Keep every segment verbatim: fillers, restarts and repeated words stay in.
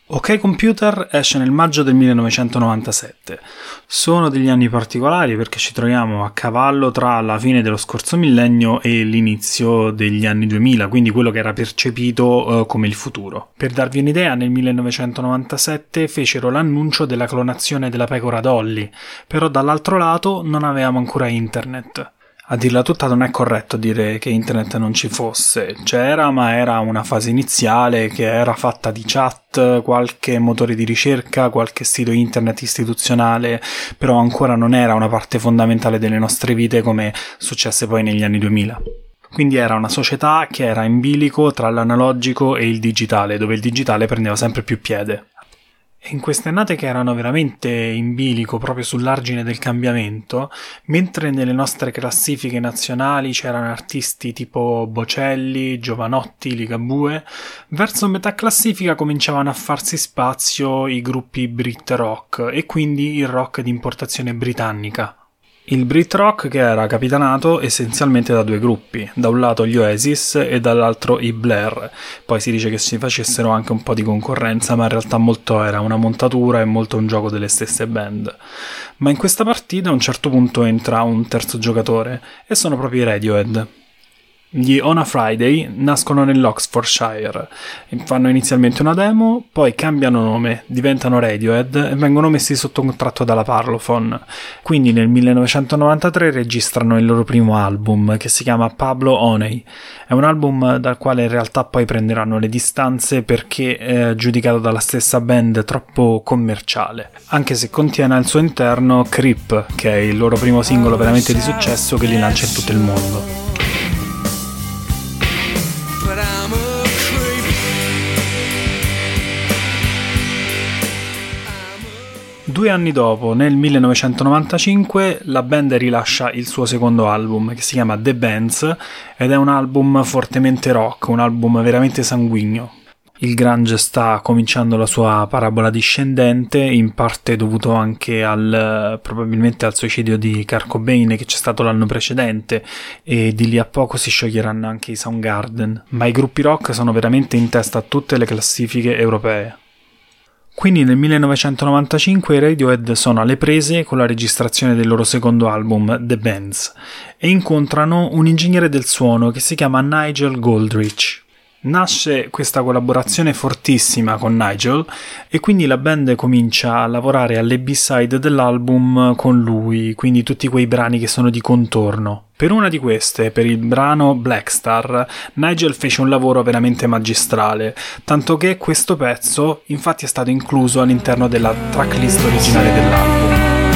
OK Computer esce nel maggio del millenovecentonovantasette. Sono degli anni particolari perché ci troviamo a cavallo tra la fine dello scorso millennio e l'inizio degli anni duemila, quindi quello che era percepito uh, come il futuro. Per darvi un'idea, nel millenovecentonovantasette fecero l'annuncio della clonazione della pecora Dolly, però dall'altro lato non avevamo ancora internet. A dirla tutta non è corretto dire che internet non ci fosse, c'era, ma era una fase iniziale che era fatta di chat, qualche motore di ricerca, qualche sito internet istituzionale, però ancora non era una parte fondamentale delle nostre vite come successe poi negli anni duemila. Quindi era una società che era in bilico tra l'analogico e il digitale, dove il digitale prendeva sempre più piede. E in queste annate che erano veramente in bilico, proprio sull'argine del cambiamento, mentre nelle nostre classifiche nazionali c'erano artisti tipo Bocelli, Giovanotti, Ligabue, verso metà classifica cominciavano a farsi spazio i gruppi Brit rock e quindi il rock di importazione britannica. Il Brit Rock che era capitanato essenzialmente da due gruppi, da un lato gli Oasis e dall'altro i Blair. Poi si dice che si facessero anche un po' di concorrenza, ma in realtà molto era una montatura e molto un gioco delle stesse band. Ma in questa partita a un certo punto entra un terzo giocatore e sono proprio i Radiohead. Gli On a Friday nascono nell'Oxfordshire, fanno inizialmente una demo, poi cambiano nome, diventano Radiohead e vengono messi sotto contratto dalla Parlophone. Quindi nel millenovecentonovantatré registrano il loro primo album, che si chiama Pablo Honey. È un album dal quale in realtà poi prenderanno le distanze perché è giudicato dalla stessa band troppo commerciale, anche se contiene al suo interno Creep, che è il loro primo singolo veramente di successo che li lancia in tutto il mondo. Due anni dopo, nel millenovecentonovantacinque, la band rilascia il suo secondo album, che si chiama The Bands, ed è un album fortemente rock, un album veramente sanguigno. Il grunge sta cominciando la sua parabola discendente, in parte dovuto anche al probabilmente al suicidio di Kurt Cobain che c'è stato l'anno precedente, e di lì a poco si scioglieranno anche i Soundgarden, ma i gruppi rock sono veramente in testa a tutte le classifiche europee. Quindi nel millenovecentonovantacinque i Radiohead sono alle prese con la registrazione del loro secondo album, The Bands, e incontrano un ingegnere del suono che si chiama Nigel Godrich. Nasce questa collaborazione fortissima con Nigel e quindi la band comincia a lavorare alle B-side dell'album con lui, quindi tutti quei brani che sono di contorno. Per una di queste, per il brano Black Star, Nigel fece un lavoro veramente magistrale, tanto che questo pezzo infatti è stato incluso all'interno della tracklist originale dell'album.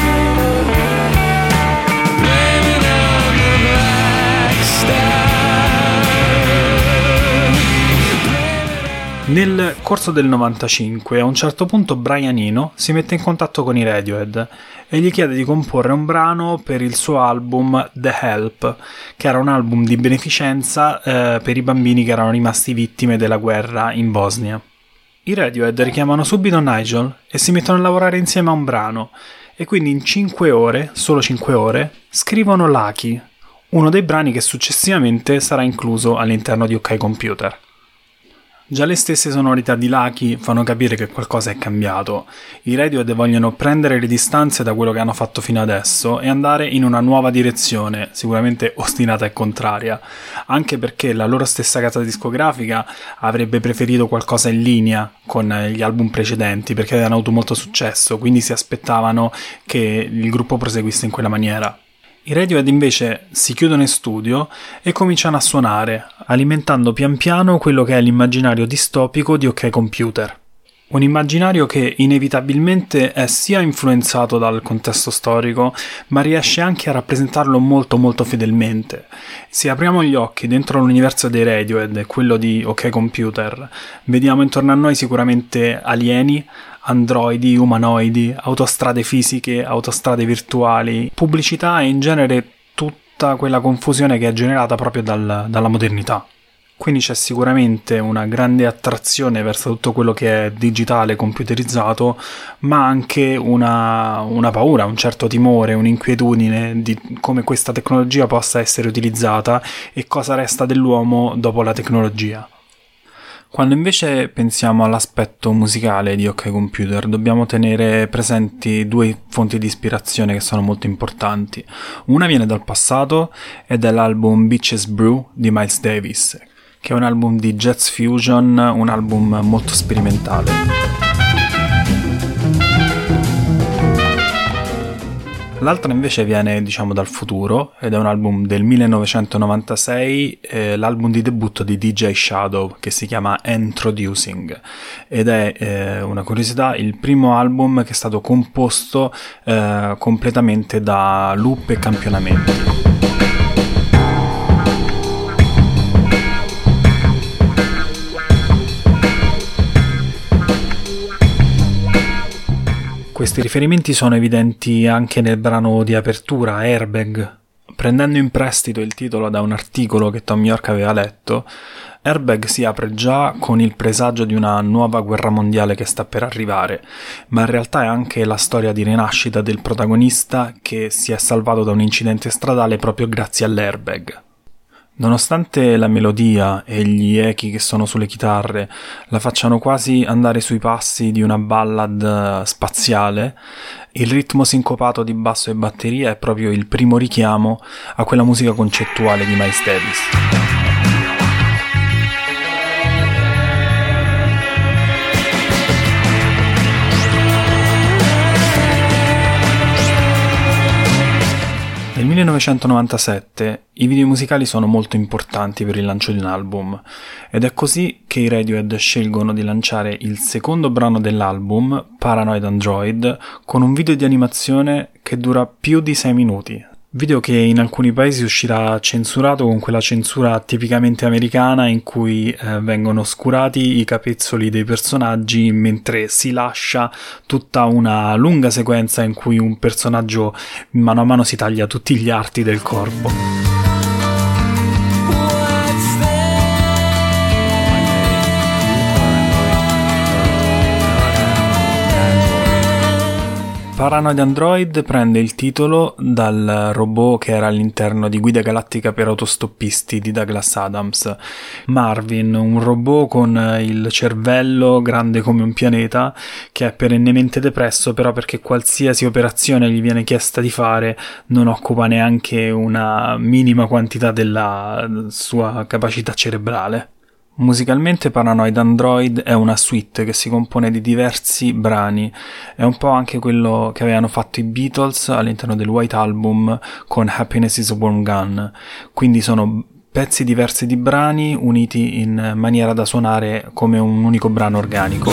Nel corso del novantacinque, a un certo punto Brian Eno si mette in contatto con i Radiohead e gli chiede di comporre un brano per il suo album The Help, che era un album di beneficenza eh, per i bambini che erano rimasti vittime della guerra in Bosnia. I Radiohead richiamano subito Nigel e si mettono a lavorare insieme a un brano, e quindi in cinque ore, solo cinque ore, scrivono Lucky, uno dei brani che successivamente sarà incluso all'interno di OK Computer. Già le stesse sonorità di Lucky fanno capire che qualcosa è cambiato. I Radiohead vogliono prendere le distanze da quello che hanno fatto fino adesso e andare in una nuova direzione, sicuramente ostinata e contraria, anche perché la loro stessa casa discografica avrebbe preferito qualcosa in linea con gli album precedenti perché avevano avuto molto successo, quindi si aspettavano che il gruppo proseguisse in quella maniera. I Radiohead invece si chiudono in studio e cominciano a suonare, alimentando pian piano quello che è l'immaginario distopico di OK Computer. Un immaginario che inevitabilmente è sia influenzato dal contesto storico, ma riesce anche a rappresentarlo molto molto fedelmente. Se apriamo gli occhi dentro l'universo dei Radiohead e quello di OK Computer, vediamo intorno a noi sicuramente alieni, androidi, umanoidi, autostrade fisiche, autostrade virtuali, pubblicità e in genere tutta quella confusione che è generata proprio dal, dalla modernità. Quindi c'è sicuramente una grande attrazione verso tutto quello che è digitale, computerizzato, ma anche una, una paura, un certo timore, un'inquietudine di come questa tecnologia possa essere utilizzata e cosa resta dell'uomo dopo la tecnologia. Quando invece pensiamo all'aspetto musicale di OK Computer, dobbiamo tenere presenti due fonti di ispirazione che sono molto importanti. Una viene dal passato ed è l'album Bitches Brew di Miles Davis, che è un album di jazz fusion, un album molto sperimentale. L'altra invece viene, diciamo, dal futuro ed è un album del millenovecentonovantasei, eh, l'album di debutto di D J Shadow, che si chiama Introducing, ed è, eh, una curiosità, il primo album che è stato composto eh, completamente da loop e campionamenti. Questi riferimenti sono evidenti anche nel brano di apertura, Airbag. Prendendo in prestito il titolo da un articolo che Thom Yorke aveva letto, Airbag si apre già con il presagio di una nuova guerra mondiale che sta per arrivare, ma in realtà è anche la storia di rinascita del protagonista che si è salvato da un incidente stradale proprio grazie all'airbag. Nonostante la melodia e gli echi che sono sulle chitarre la facciano quasi andare sui passi di una ballad spaziale, il ritmo sincopato di basso e batteria è proprio il primo richiamo a quella musica concettuale di Miles Davis. Nel millenovecentonovantasette i video musicali sono molto importanti per il lancio di un album ed è così che i Radiohead scelgono di lanciare il secondo brano dell'album, Paranoid Android, con un video di animazione che dura più di sei minuti. Video che in alcuni paesi uscirà censurato con quella censura tipicamente americana in cui eh, vengono oscurati i capezzoli dei personaggi mentre si lascia tutta una lunga sequenza in cui un personaggio mano a mano si taglia tutti gli arti del corpo. Paranoid Android prende il titolo dal robot che era all'interno di Guida Galattica per autostoppisti di Douglas Adams. Marvin, un robot con il cervello grande come un pianeta, che è perennemente depresso però perché qualsiasi operazione gli viene chiesta di fare non occupa neanche una minima quantità della sua capacità cerebrale. Musicalmente Paranoid Android è una suite che si compone di diversi brani, è un po' anche quello che avevano fatto i Beatles all'interno del White Album con Happiness is a Warm Gun, quindi sono pezzi diversi di brani uniti in maniera da suonare come un unico brano organico.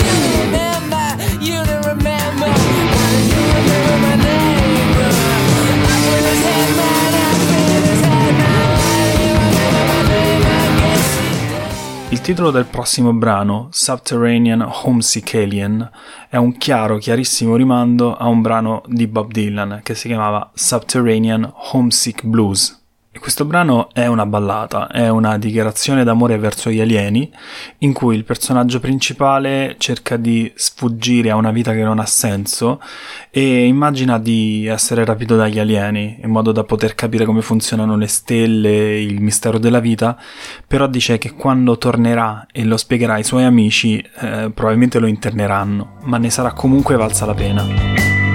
Il titolo del prossimo brano, Subterranean Homesick Alien, è un chiaro, chiarissimo rimando a un brano di Bob Dylan che si chiamava Subterranean Homesick Blues. E questo brano è una ballata, è una dichiarazione d'amore verso gli alieni, in cui il personaggio principale cerca di sfuggire a una vita che non ha senso e immagina di essere rapito dagli alieni, in modo da poter capire come funzionano le stelle, il mistero della vita, però dice che quando tornerà e lo spiegherà ai suoi amici, eh, probabilmente lo interneranno, ma ne sarà comunque valsa la pena.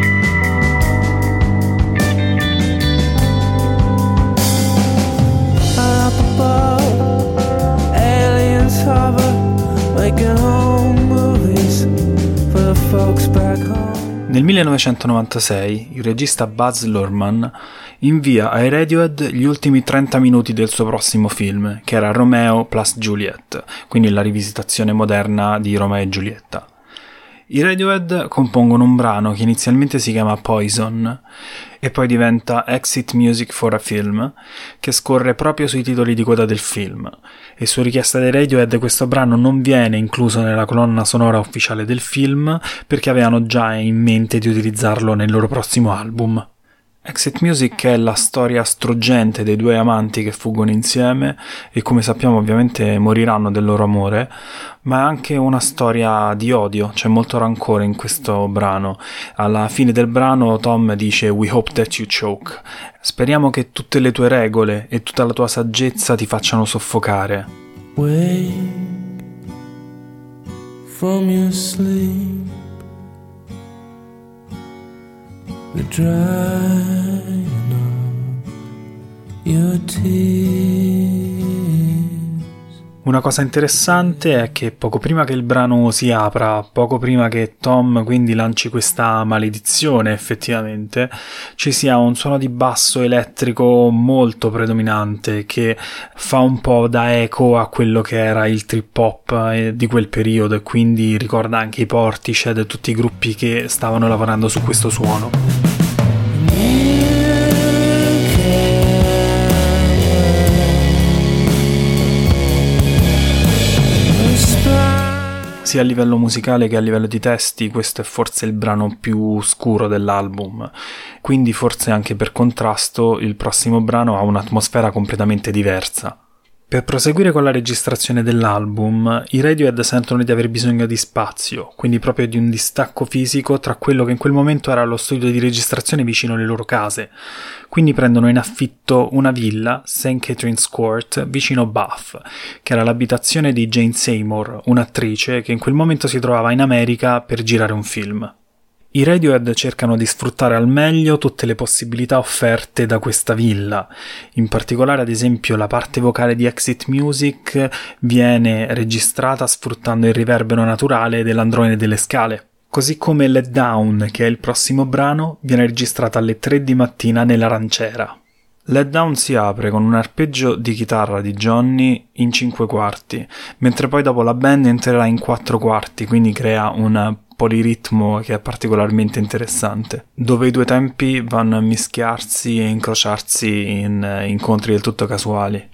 Nel millenovecentonovantasei il regista Baz Luhrmann invia ai Radiohead gli ultimi trenta minuti del suo prossimo film, che era Romeo plus Juliet, quindi la rivisitazione moderna di Romeo e Giulietta. I Radiohead compongono un brano che inizialmente si chiama Poison e poi diventa Exit Music for a Film, che scorre proprio sui titoli di coda del film, e su richiesta dei Radiohead questo brano non viene incluso nella colonna sonora ufficiale del film perché avevano già in mente di utilizzarlo nel loro prossimo album. Exit Music è la storia struggente dei due amanti che fuggono insieme e, come sappiamo, ovviamente moriranno del loro amore, ma è anche una storia di odio, c'è molto rancore in questo brano. Alla fine del brano Tom dice "We hope that you choke", speriamo che tutte le tue regole e tutta la tua saggezza ti facciano soffocare. Wake from your sleep, the drying of your tears. Una cosa interessante è che poco prima che il brano si apra, poco prima che Tom quindi lanci questa maledizione effettivamente, ci sia un suono di basso elettrico molto predominante che fa un po' da eco a quello che era il trip hop di quel periodo e quindi ricorda anche i Portishead e tutti i gruppi che stavano lavorando su questo suono. Sia a livello musicale che a livello di testi, questo è forse il brano più scuro dell'album, quindi forse anche per contrasto il prossimo brano ha un'atmosfera completamente diversa. Per proseguire con la registrazione dell'album, i Radiohead sentono di aver bisogno di spazio, quindi proprio di un distacco fisico tra quello che in quel momento era lo studio di registrazione vicino alle loro case. Quindi prendono in affitto una villa, Saint Catherine's Court, vicino Bath, che era l'abitazione di Jane Seymour, un'attrice che in quel momento si trovava in America per girare un film. I Radiohead cercano di sfruttare al meglio tutte le possibilità offerte da questa villa. In particolare, ad esempio, la parte vocale di Exit Music viene registrata sfruttando il riverbero naturale dell'androne delle scale. Così come Let Down, che è il prossimo brano, viene registrata alle tre di mattina nell'aranciera. Let Down si apre con un arpeggio di chitarra di Johnny in cinque quarti, mentre poi dopo la band entrerà in quattro quarti, quindi crea un poliritmo che è particolarmente interessante, dove i due tempi vanno a mischiarsi e incrociarsi in incontri del tutto casuali.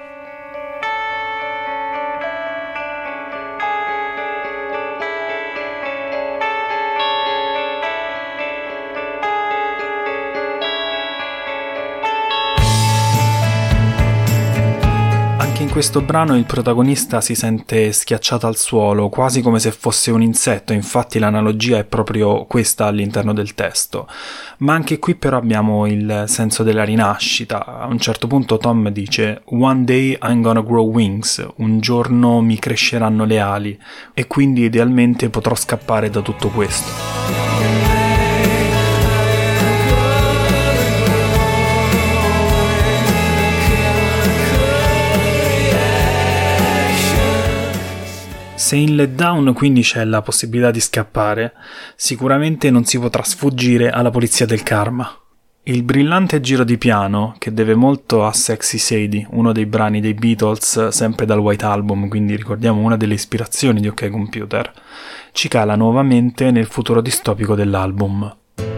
In questo brano il protagonista si sente schiacciato al suolo, quasi come se fosse un insetto, infatti l'analogia è proprio questa all'interno del testo. Ma anche qui però abbiamo il senso della rinascita. A un certo punto Tom dice "One day I'm gonna grow wings", un giorno mi cresceranno le ali, e quindi idealmente potrò scappare da tutto questo. Se in Let Down quindi c'è la possibilità di scappare, sicuramente non si potrà sfuggire alla polizia del karma. Il brillante giro di piano, che deve molto a Sexy Sadie, uno dei brani dei Beatles sempre dal White Album, quindi ricordiamo una delle ispirazioni di OK Computer, ci cala nuovamente nel futuro distopico dell'album.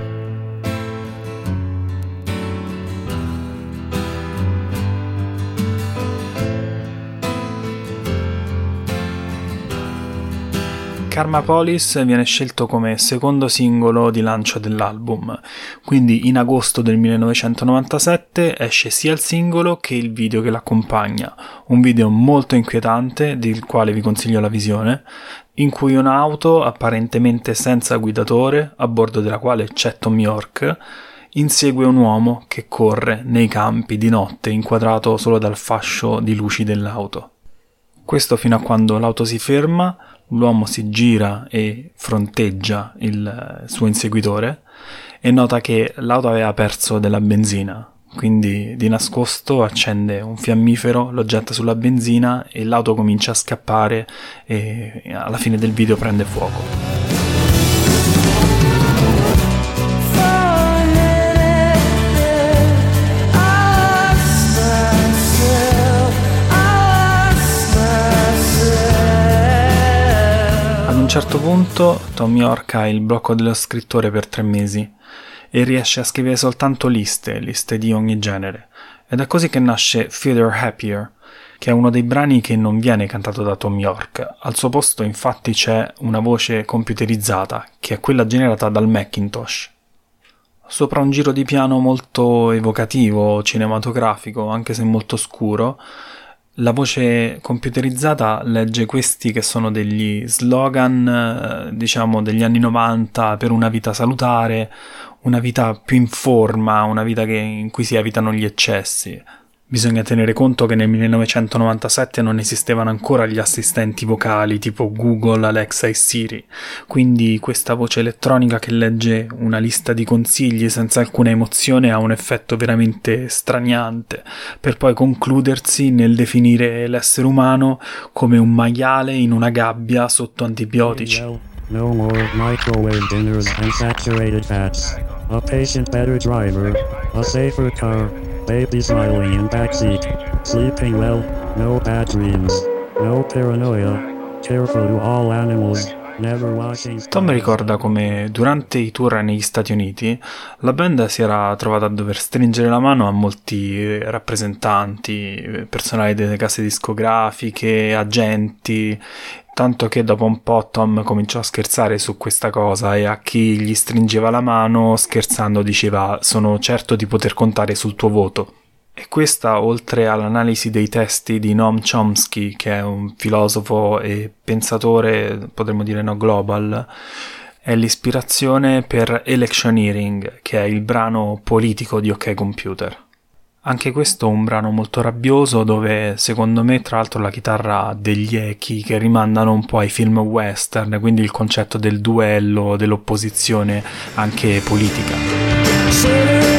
Karma Police viene scelto come secondo singolo di lancio dell'album, quindi in agosto del millenovecentonovantasette esce sia il singolo che il video che l'accompagna, un video molto inquietante del quale vi consiglio la visione, in cui un'auto apparentemente senza guidatore, a bordo della quale c'è Tom York, insegue un uomo che corre nei campi di notte inquadrato solo dal fascio di luci dell'auto. Questo fino a quando l'auto si ferma, l'uomo si gira e fronteggia il suo inseguitore e nota che l'auto aveva perso della benzina, quindi di nascosto accende un fiammifero, lo getta sulla benzina e l'auto comincia a scappare e alla fine del video prende fuoco. A un certo punto Tom York ha il blocco dello scrittore per tre mesi e riesce a scrivere soltanto liste, liste di ogni genere, ed è così che nasce Fitter Happier, che è uno dei brani che non viene cantato da Tom York. Al suo posto infatti c'è una voce computerizzata, che è quella generata dal Macintosh. Sopra un giro di piano molto evocativo, cinematografico, anche se molto scuro, la voce computerizzata legge questi che sono degli slogan, diciamo, degli anni novanta per una vita salutare, una vita più in forma, una vita che, in cui si evitano gli eccessi. Bisogna tenere conto che nel millenovecentonovantasette non esistevano ancora gli assistenti vocali tipo Google, Alexa e Siri, quindi questa voce elettronica che legge una lista di consigli senza alcuna emozione ha un effetto veramente straniante, per poi concludersi nel definire l'essere umano come un maiale in una gabbia sotto antibiotici. No more microwave dinners and saturated fats. A patient better driver. A safer car. Baby smiling in backseat. Sleeping well. No bad dreams. No paranoia. Careful to all animals. Never washing. Tom ricorda come durante i tour negli Stati Uniti la band si era trovata a dover stringere la mano a molti rappresentanti, personali delle case discografiche, agenti, tanto che dopo un po' Tom cominciò a scherzare su questa cosa e a chi gli stringeva la mano, scherzando, diceva: sono certo di poter contare sul tuo voto. E questa, oltre all'analisi dei testi di Noam Chomsky, che è un filosofo e pensatore, potremmo dire no global, è l'ispirazione per Electioneering, che è il brano politico di OK Computer. Anche questo è un brano molto rabbioso dove, secondo me, tra l'altro la chitarra ha degli echi che rimandano un po' ai film western, quindi il concetto del duello, dell'opposizione anche politica.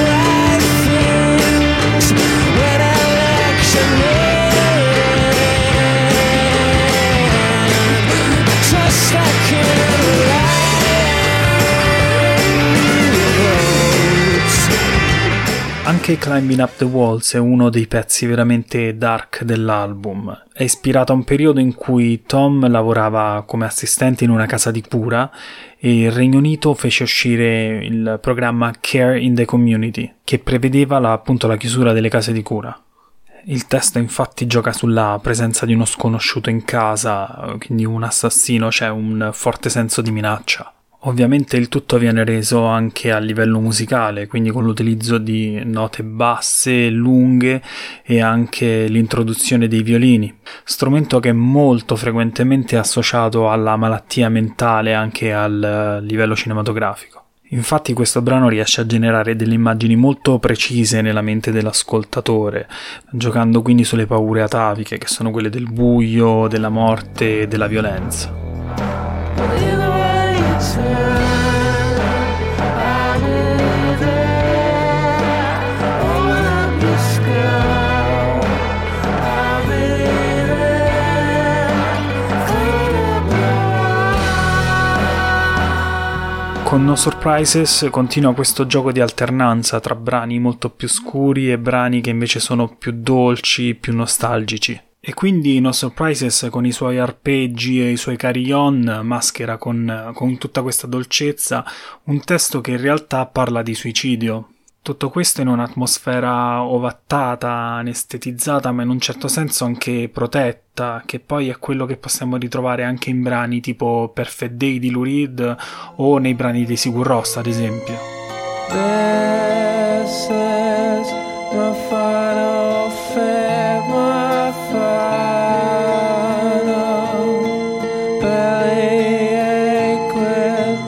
Anche Climbing Up the Walls è uno dei pezzi veramente dark dell'album. È ispirato a un periodo in cui Tom lavorava come assistente in una casa di cura e il Regno Unito fece uscire il programma Care in the Community, che prevedeva la, appunto la chiusura delle case di cura. Il testo infatti gioca sulla presenza di uno sconosciuto in casa, quindi un assassino, c'è un forte senso di minaccia. Ovviamente il tutto viene reso anche a livello musicale, quindi con l'utilizzo di note basse, lunghe e anche l'introduzione dei violini, strumento che è molto frequentemente associato alla malattia mentale anche al livello cinematografico. Infatti questo brano riesce a generare delle immagini molto precise nella mente dell'ascoltatore, giocando quindi sulle paure ataviche, che sono quelle del buio, della morte e della violenza. Con No Surprises continua questo gioco di alternanza tra brani molto più scuri e brani che invece sono più dolci, più nostalgici. E quindi No Surprises, con i suoi arpeggi e i suoi carillon, maschera con, con tutta questa dolcezza un testo che in realtà parla di suicidio. Tutto questo in un'atmosfera ovattata, anestetizzata, ma in un certo senso anche protetta, che poi è quello che possiamo ritrovare anche in brani tipo Perfect Day di Lou Reed o nei brani di Sigur Rós, ad esempio. This is my final fate, my final bellyache with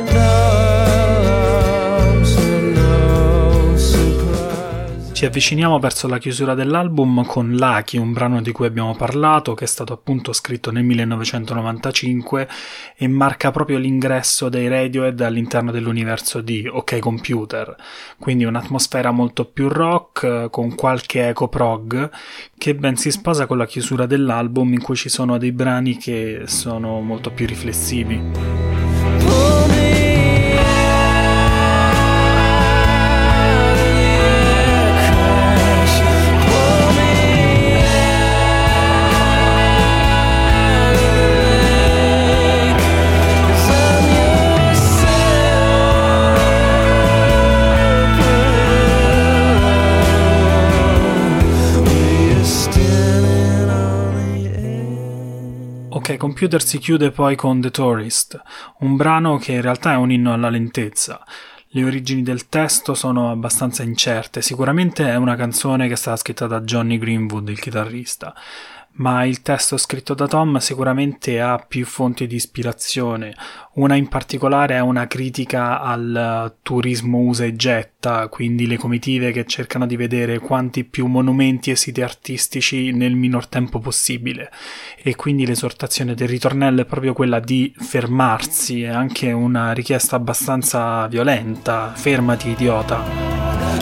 no arms and no surprise. Ci avviciniamo verso la chiusura dell'album con Lucky, un brano di cui abbiamo parlato, che è stato appunto scritto nel millenovecentonovantacinque e marca proprio l'ingresso dei Radiohead all'interno dell'universo di OK Computer, quindi un'atmosfera molto più rock con qualche eco prog che ben si sposa con la chiusura dell'album, in cui ci sono dei brani che sono molto più riflessivi. OK Computer si chiude poi con The Tourist, un brano che in realtà è un inno alla lentezza. Le origini del testo sono abbastanza incerte, sicuramente è una canzone che è stata scritta da Johnny Greenwood, il chitarrista, ma il testo scritto da Tom sicuramente ha più fonti di ispirazione. Una in particolare è una critica al turismo usa e getta, quindi le comitive che cercano di vedere quanti più monumenti e siti artistici nel minor tempo possibile, e quindi l'esortazione del ritornello è proprio quella di fermarsi. È anche una richiesta abbastanza violenta: fermati idiota.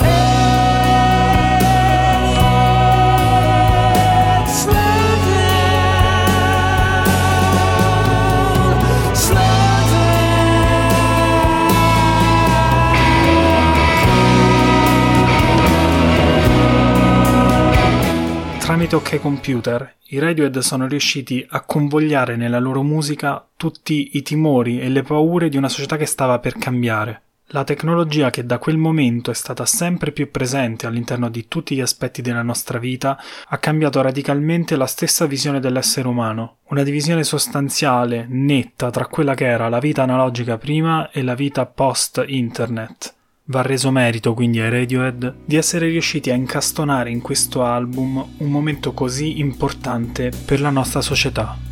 Tramite OK Computer, i Radiohead sono riusciti a convogliare nella loro musica tutti i timori e le paure di una società che stava per cambiare. La tecnologia, che da quel momento è stata sempre più presente all'interno di tutti gli aspetti della nostra vita, ha cambiato radicalmente la stessa visione dell'essere umano. Una divisione sostanziale, netta, tra quella che era la vita analogica prima e la vita post-internet. Va reso merito quindi ai Radiohead di essere riusciti a incastonare in questo album un momento così importante per la nostra società.